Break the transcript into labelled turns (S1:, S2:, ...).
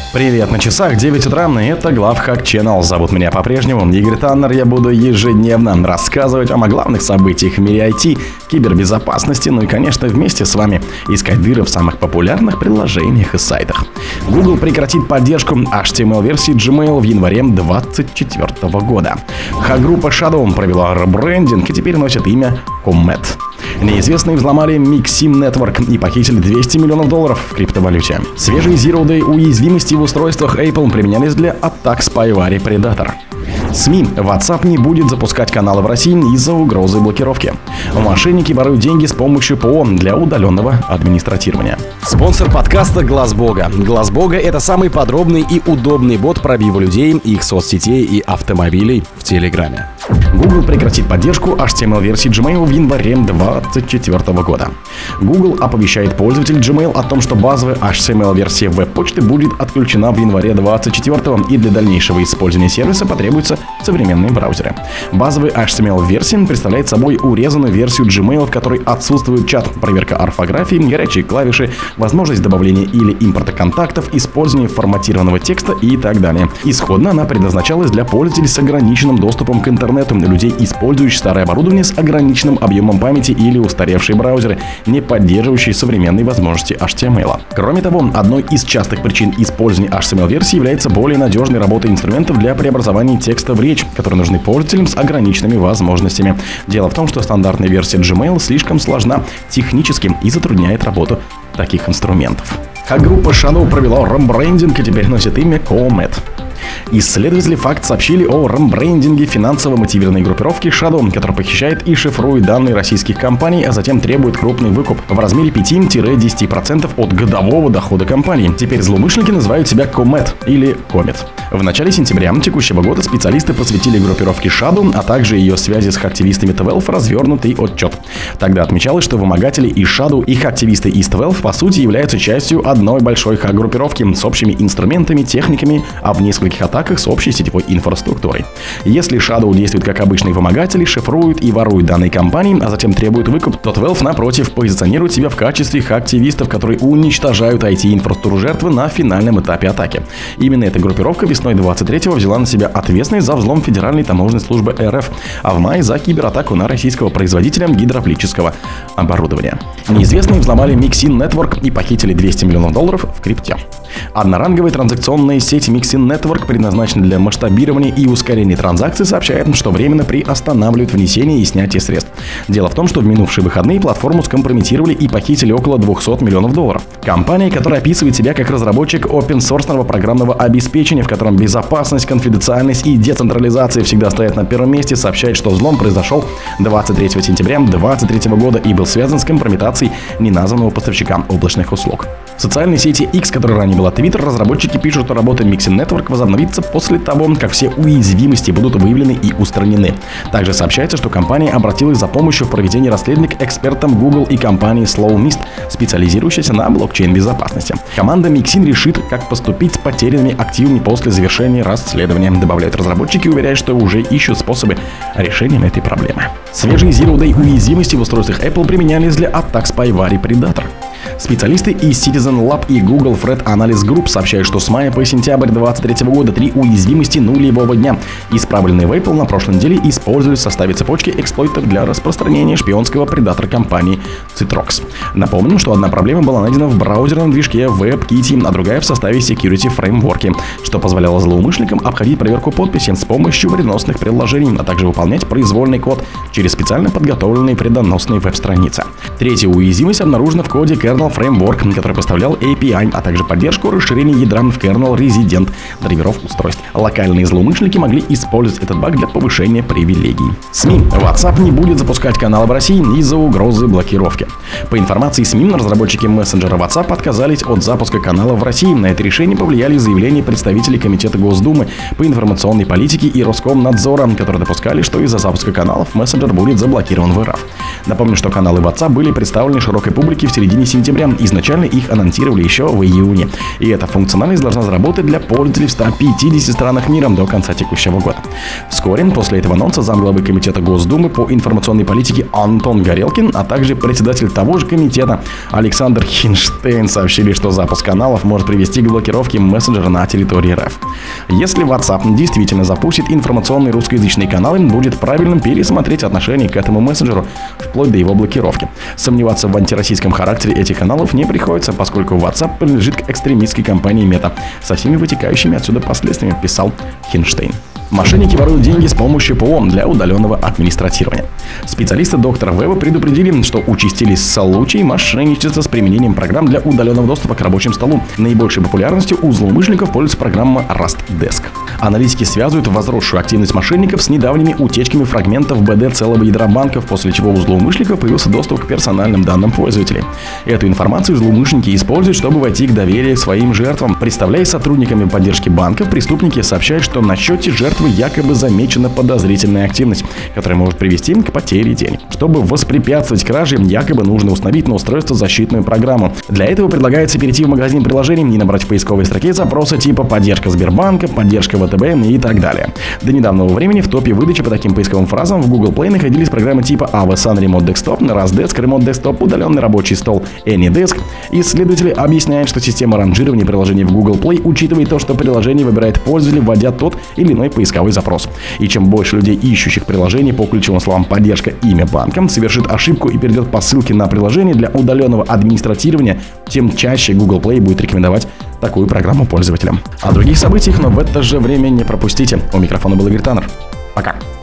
S1: Привет, на часах 9 утра, и это Главхак Channel. Зовут меня по-прежнему Игорь Таннер. Я буду ежедневно рассказывать вам о главных событиях в мире IT, кибербезопасности, ну и, конечно, вместе с вами искать дыры в самых популярных приложениях и сайтах. Google прекратит поддержку HTML-версии Gmail в январе 2024 года. Хак-группа Shadow провела ребрендинг и теперь носит имя Comet. Неизвестные взломали Mixin Network и похитили $200 миллионов в криптовалюте. Свежие Zero Day уязвимости в устройствах Apple применялись для атак Spyware Predator. СМИ. WhatsApp не будет запускать каналы в России из-за угрозы блокировки. Мошенники воруют деньги с помощью ПО для удаленного администратирования.
S2: Спонсор подкаста Глаз Бога. Глаз Бога — это самый подробный и удобный бот пробива людей, их соцсетей и автомобилей в Телеграме.
S1: Google прекратит поддержку HTML-версии Gmail в январе 2024 года. Google оповещает пользователей Gmail о том, что базовая HTML-версия веб-почты будет отключена в январе 2024 и для дальнейшего использования сервиса потребуются современные браузеры. Базовая HTML-версия представляет собой урезанную версию Gmail, в которой отсутствует чат, проверка орфографии, горячие клавиши, возможность добавления или импорта контактов, использование форматированного текста и так далее. Исходно она предназначалась для пользователей с ограниченным доступом к интернету, людей, использующих старое оборудование с ограниченным объемом памяти или устаревшие браузеры, не поддерживающие современные возможности HTML. Кроме того, одной из частых причин использования HTML-версии является более надежной работой инструментов для преобразования текста в речь, которые нужны пользователям с ограниченными возможностями. Дело в том, что стандартная версия Gmail слишком сложна технически и затрудняет работу таких инструментов. Хак-группа Shadow провела ребрендинг и теперь носит имя Comet. Исследователи факт сообщили о ребрендинге финансово мотивированной группировки Shadow, которая похищает и шифрует данные российских компаний, а затем требует крупный выкуп в размере 5-10% от годового дохода компании. Теперь злоумышленники называют себя Comet или Comet. В начале сентября текущего года специалисты посвятили группировке Shadow, а также ее связи с хактивистами T12 развернутый отчет. Тогда отмечалось, что вымогатели из Shadow и хактивисты из T12 по сути являются частью одной большой хак-группировки с общими инструментами, техниками, а в нескольких атаках с общей сетевой инфраструктурой. Если Shadow действует как обычные вымогатели, шифруют и воруют данные компании, а затем требуют выкуп, то T12 напротив позиционирует себя в качестве хактивистов, которые уничтожают IT-инфраструктуру жертвы на финальном этапе атаки. Именно эта группировка весной 23-го взяла на себя ответственность за взлом Федеральной таможенной службы РФ, а в мае за кибератаку на российского производителя гидравлического оборудования. Неизвестные взломали Mixin Network и похитили $200 миллионов в крипте. Одноранговая транзакционная сеть Mixin Network, предназначена для масштабирования и ускорения транзакций, сообщает, что временно приостанавливает внесение и снятие средств. Дело в том, что в минувшие выходные платформу скомпрометировали и похитили около $200 миллионов. Компания, которая описывает себя как разработчик open-source программного обеспечения, в котором безопасность, конфиденциальность и децентрализация всегда стоят на первом месте, сообщает, что взлом произошел 23 сентября 2023 года и был связан с компрометацией неназванного поставщика облачных услуг. В социальной сети X, которая ранее была Twitter, разработчики пишут, что работа Mixin Network возобновится после того, как все уязвимости будут выявлены и устранены. Также сообщается, что компания обратилась за помощью в проведении расследования к экспертам Google и компании SlowMist, специализирующейся на блокчейн-безопасности. Команда Mixin решит, как поступить с потерянными активами после завершения расследования. Добавляют разработчики, уверяя, что уже ищут способы решения этой проблемы. Свежие Zero Day уязвимости в устройствах Apple применялись для атак Spyware Predator. Специалисты из Citizen Lab и Google Threat Analysis Group сообщают, что с мая по сентябрь 2023 года 3 уязвимости нулевого дня, исправленные в Apple на прошлой неделе, использовались в составе цепочки эксплойтов для распространения шпионского предатора компании Citrox. Напомним, что одна проблема была найдена в браузерном движке WebKit, а другая в составе Security Framework, что позволяло злоумышленникам обходить проверку подписи с помощью вредоносных приложений, а также выполнять произвольный код через специально подготовленные вредоносные веб-страницы. Третья уязвимость обнаружена в коде Kernel Framework, который поставлял API, а также поддержку расширения ядра в Kernel Resident драйверов устройств. Локальные злоумышленники могли использовать этот баг для повышения привилегий. СМИ. WhatsApp не будет запускать каналы в России из-за угрозы блокировки. По информации СМИ, разработчики мессенджера WhatsApp отказались от запуска канала в России. На это решение повлияли заявления представителей Комитета Госдумы по информационной политике и Роскомнадзора, которые допускали, что из-за запуска каналов мессенджер будет заблокирован в РФ. Напомню, что каналы WhatsApp были представлены широкой публике в середине сентября сентября. Изначально их анонсировали еще в июне. И эта функциональность должна заработать для пользователей в 150 странах мира до конца текущего года. Вскоре после этого анонса замглавы Комитета Госдумы по информационной политике Антон Горелкин, а также председатель того же комитета Александр Хинштейн сообщили, что запуск каналов может привести к блокировке мессенджера на территории РФ. Если WhatsApp действительно запустит информационные русскоязычные каналы, будет правильным пересмотреть отношение к этому мессенджеру, вплоть до его блокировки. Сомневаться в антироссийском характере этих каналов не приходится, поскольку WhatsApp принадлежит к экстремистской компании Meta, со всеми вытекающими отсюда последствиями, писал Хинштейн. Мошенники воруют деньги с помощью ПО для удаленного администратирования. Специалисты доктора Веба предупредили, что участились случаи мошенничества с применением программ для удаленного доступа к рабочему столу. Наибольшей популярностью у злоумышленников пользуется программа RustDesk. Аналитики связывают возросшую активность мошенников с недавними утечками фрагментов БД целого ядра банков, после чего у злоумышленников появился доступ к персональным данным пользователей. Эту информацию злоумышленники используют, чтобы войти к доверию к своим жертвам. Представляясь сотрудниками поддержки банков, преступники сообщают, что на счете жертвы якобы замечена подозрительная активность, которая может привести к потере денег. Чтобы воспрепятствовать краже, якобы нужно установить на устройство защитную программу. Для этого предлагается перейти в магазин приложений и набрать в поисковой строке запросы типа «поддержка Сбербанка», «поддержка ВТБ» и так далее. До недавнего времени в топе выдачи по таким поисковым фразам в Google Play находились программы типа AVSAN Remote Desktop, RustDesk, Remote Desktop, удаленный рабочий стол, AnyDesk. Исследователи объясняют, что система ранжирования приложений в Google Play учитывает то, что приложение выбирает пользователь, вводя тот или иной поисковой запрос. И чем больше людей, ищущих приложение по ключевым словам «поддержка», «имя банка», совершит ошибку и перейдет по ссылке на приложение для удаленного администратирования, тем чаще Google Play будет рекомендовать такую программу пользователям. О других событиях, но в это же время не пропустите. У микрофона был Игорь Таннер. Пока.